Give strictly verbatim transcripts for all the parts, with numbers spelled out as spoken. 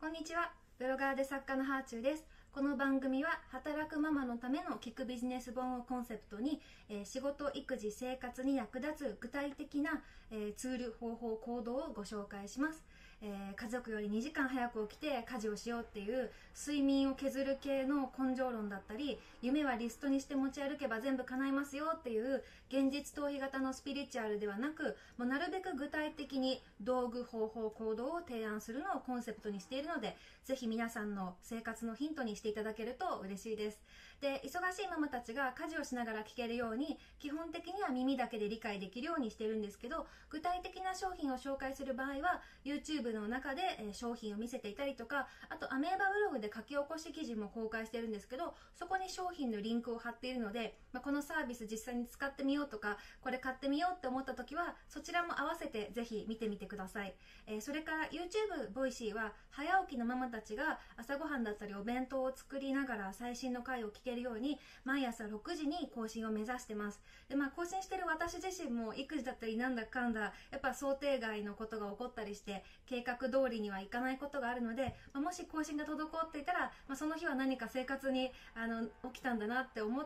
こんにちは。ブロガーで作家のハーチューです。この番組は働くママのための聞くビジネス本をコンセプトに、えー、仕事、育児、生活に役立つ具体的な、えー、ツール、方法、行動をご紹介します。えー、家族よりにじかん早く起きて家事をしようっていう睡眠を削る系の根性論だったり、夢はリストにして持ち歩けば全部叶いますよっていう現実逃避型のスピリチュアルではなく、もうなるべく具体的に道具、方法、行動を提案するのをコンセプトにしているので、ぜひ皆さんの生活のヒントにしていただけると嬉しいです。で、忙しいママたちが家事をしながら聞けるように、基本的には耳だけで理解できるようにしてるんですけど、具体的な商品を紹介する場合は YouTube の中で、えー、商品を見せていたりとか、あとアメーバブログで書き起こし記事も公開してるんですけど、そこに商品のリンクを貼っているので、まあ、このサービス実際に使ってみようとか、これ買ってみようって思った時はそちらも合わせてぜひ見てみてください。えー、それから YouTube ボイシーは早起きのママたちが朝ごはんだったりお弁当を作りながら最新の回を聞けるように毎朝ろくじに更新を目指してます。で、まあ更新してる私自身も育児だったりなんだかんだやっぱ想定外のことが起こったりして計画通りにはいかないことがあるので、まあ、もし更新が滞っていたら、まあ、その日は何か生活にあの起きたんだなって思って、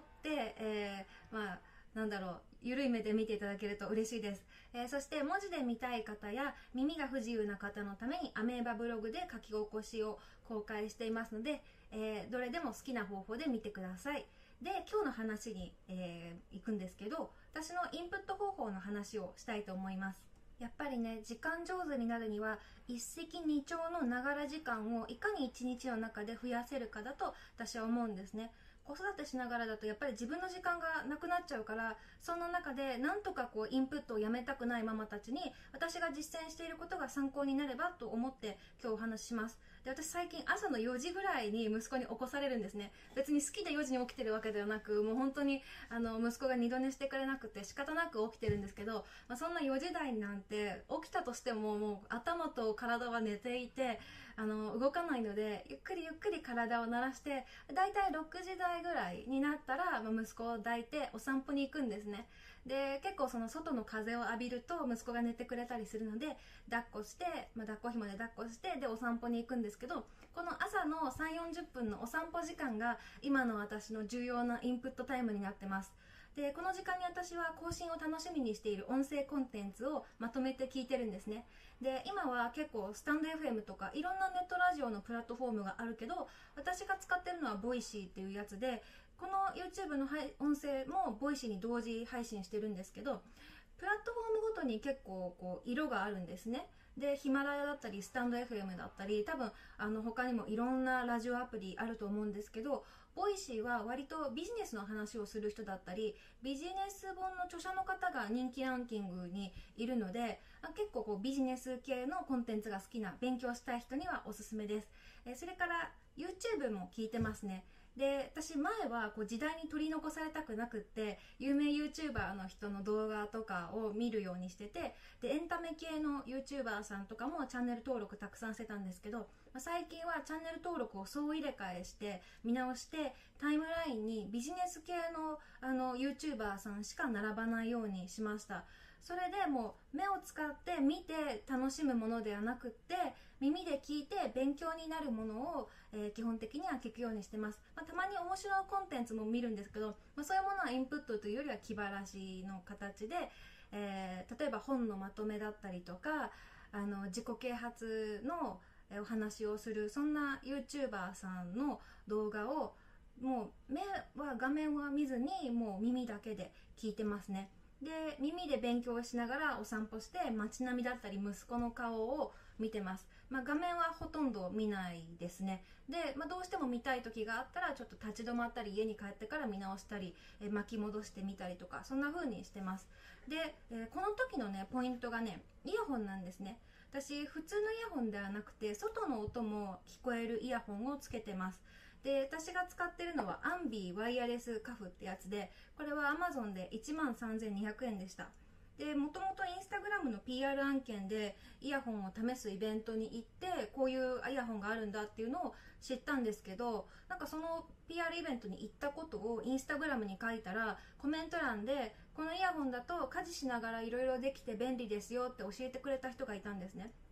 えー、まあなんだろう、ゆるい目で見ていただけると嬉しいです。えー、そして文字で見たい方や耳が不自由な方のためにアメーバブログで書き起こしを公開していますので、えー、どれでも好きな方法で見てください。で、今日の話に、えー、行くんですけど、私のインプット方法の話をしたいと思います。やっぱりね、時間上手になるには一石二鳥のながら時間をいかに一日の中で増やせるかだと私は思うんですね。子育てしながらだとやっぱり自分の時間がなくなっちゃうから、そんな中でなんとかこうインプットをやめたくないママたちに私が実践していることが参考になればと思って今日お話しします。で、私最近朝のよじぐらいに息子に起こされるんですね。別に好きでよじに起きてるわけではなく、もう本当にあの息子が二度寝してくれなくて仕方なく起きてるんですけど、まあ、そんなよじ台なんて起きたとしてももう頭と体は寝ていてあの動かないので、ゆっくりゆっくり体を慣らして、だいたいろくじ台ぐらいになったら、まあ、息子を抱いてお散歩に行くんですね。で、結構その外の風を浴びると息子が寝てくれたりするので、抱っこして、まあ、抱っこ紐で抱っこして、でお散歩に行くんですけど、この朝のさんじゅうよんじゅっぷんのお散歩時間が今の私の重要なインプットタイムになってます。で、この時間に私は更新を楽しみにしている音声コンテンツをまとめて聞いてるんですね。で、今は結構スタンド エフエム とかいろんなネットラジオのプラットフォームがあるけど、私が使ってるのはボイシーっていうやつで、この YouTube の音声もボイシーに同時配信してるんですけど、プラットフォームごとに結構こう色があるんですね。で、ヒマラヤだったりスタンド エフエム だったり、多分あの他にもいろんなラジオアプリあると思うんですけど、ボイシーは割とビジネスの話をする人だったり、ビジネス本の著者の方が人気ランキングにいるので、結構こうビジネス系のコンテンツが好きな、勉強したい人にはおすすめです。えそれから YouTube も聞いてますね。で、私前はこう時代に取り残されたくなくって、有名 YouTuber の人の動画とかを見るようにしてて、で、エンタメ系の YouTuber さんとかもチャンネル登録たくさんしてたんですけど、最近はチャンネル登録を総入れ替えして見直して、タイムラインにビジネス系のあの YouTuber さんしか並ばないようにしました。それでもう目を使って見て楽しむものではなくって、耳で聞いて勉強になるものを、えー、基本的には聞くようにしてます。まあ、たまに面白いコンテンツも見るんですけど、まあ、そういうものはインプットというよりは気晴らしの形で、えー、例えば本のまとめだったりとか、あの自己啓発のお話をするそんな YouTuber さんの動画をもう目は画面は見ずにもう耳だけで聞いてますね。で、耳で勉強しながらお散歩して街並みだったり息子の顔を見てます。まあ、画面はほとんど見ないですね。で、まあ、どうしても見たい時があったらちょっと立ち止まったり家に帰ってから見直したり、え巻き戻してみたりとかそんな風にしてます。で、えー、この時のねポイントがねイヤホンなんですね。私普通のイヤホンではなくて外の音も聞こえるイヤホンをつけてます。で、私が使ってるのはアンビーワイヤレスカフってやつで、これは Amazon でいちまんさんぜんにひゃくえんでした。で、もともとインスタグラムの ピーアール 案件でイヤホンを試すイベントに行ってこういうイヤホンがあるんだっていうのを知ったんですけど、なんかその ピーアール イベントに行ったことをインスタグラムに書いたらコメント欄でこのイヤホンだと家事しながらいろいろできて便利ですよって教えてくれた人がいたんですね。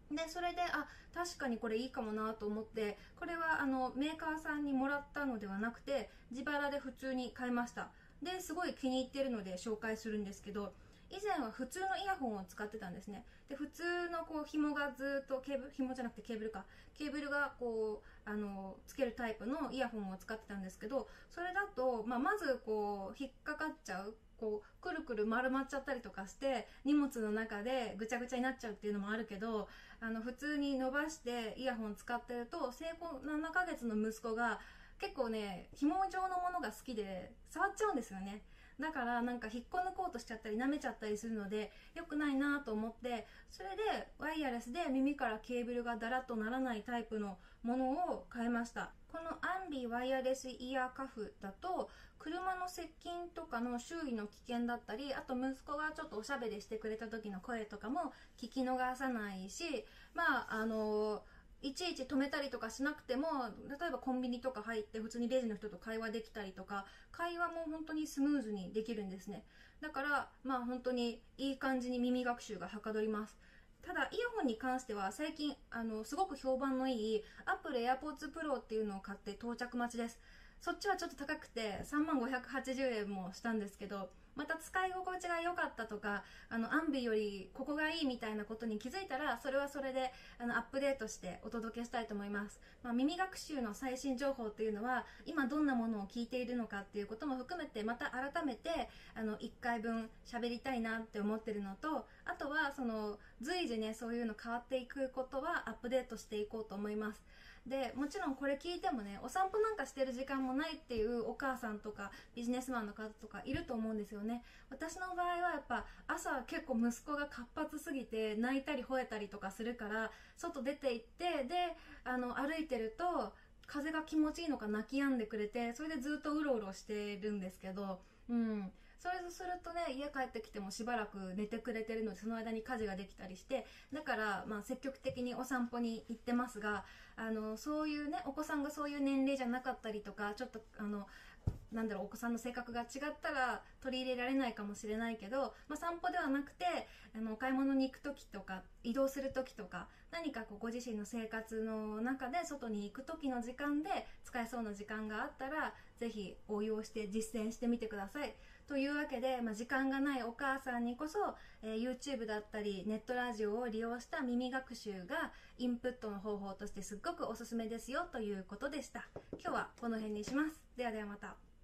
でそれであ確かにこれいいかもなと思って、これはあのメーカーさんにもらったのではなくて自腹で普通に買いました。ですごい気に入ってるので紹介するんですけど、以前は普通のイヤホンを使ってたんですね。で普通のこう紐がずっとケーブル、紐じゃなくてケーブルか、ケーブルがこうあのつけるタイプのイヤホンを使ってたんですけど、それだと、まあ、まずこう引っかかっちゃう、こうくるくる丸まっちゃったりとかして荷物の中でぐちゃぐちゃになっちゃうっていうのもあるけど、あの普通に伸ばしてイヤホン使ってると、生後ななかげつの息子が結構ね紐状のものが好きで触っちゃうんですよね。だからなんか引っこ抜こうとしちゃったり舐めちゃったりするので良くないなと思って、それでワイヤレスで耳からケーブルがだらっとならないタイプのものを買いました。このアンビワイヤレスイヤーカフだと車の接近とかの周囲の危険だったり、あと息子がちょっとおしゃべりしてくれた時の声とかも聞き逃さないし、まああのいちいち止めたりとかしなくても、例えばコンビニとか入って普通にレジの人と会話できたりとか、会話も本当にスムーズにできるんですね。だからまあ本当にいい感じに耳学習がはかどります。ただイヤホンに関しては最近あのすごく評判のいい Apple AirPods Pro っていうのを買って到着待ちです。そっちはちょっと高くてさんまんごひゃくはちじゅうえんもしたんですけど、また使い心地が良かったとか、あのアンビよりここがいいみたいなことに気づいたら、それはそれであのアップデートしてお届けしたいと思います。まあ、耳学習の最新情報っていうのは今どんなものを聞いているのかっていうことも含めて、また改めてあのいっかいぶん喋りたいなって思ってるのと、あとはその随時ねそういうの変わっていくことはアップデートしていこうと思います。でもちろんこれ聞いてもね、お散歩なんかしてる時間もないっていうお母さんとかビジネスマンの方とかいると思うんですよね。私の場合はやっぱ朝結構息子が活発すぎて泣いたり吠えたりとかするから、外出て行ってであの歩いてると風が気持ちいいのか泣き止んでくれて、それでずっとうろうろしてるんですけど、うんそれとするとね、家帰ってきてもしばらく寝てくれてるので、その間に家事ができたりして、だからまあ積極的にお散歩に行ってますが、あのそういうねお子さんがそういう年齢じゃなかったりとか、ちょっとあのなんだろうお子さんの性格が違ったら取り入れられないかもしれないけど、まあ、散歩ではなくてあのお買い物に行く時とか移動する時とか、何かこうご自身の生活の中で外に行く時の時間で使えそうな時間があったら、ぜひ応用して実践してみてください。というわけで、まあ、時間がないお母さんにこそ、えー、YouTube だったりネットラジオを利用した耳学習がインプットの方法としてすっごくおすすめですよということでした。今日はこの辺にします。ではではまた。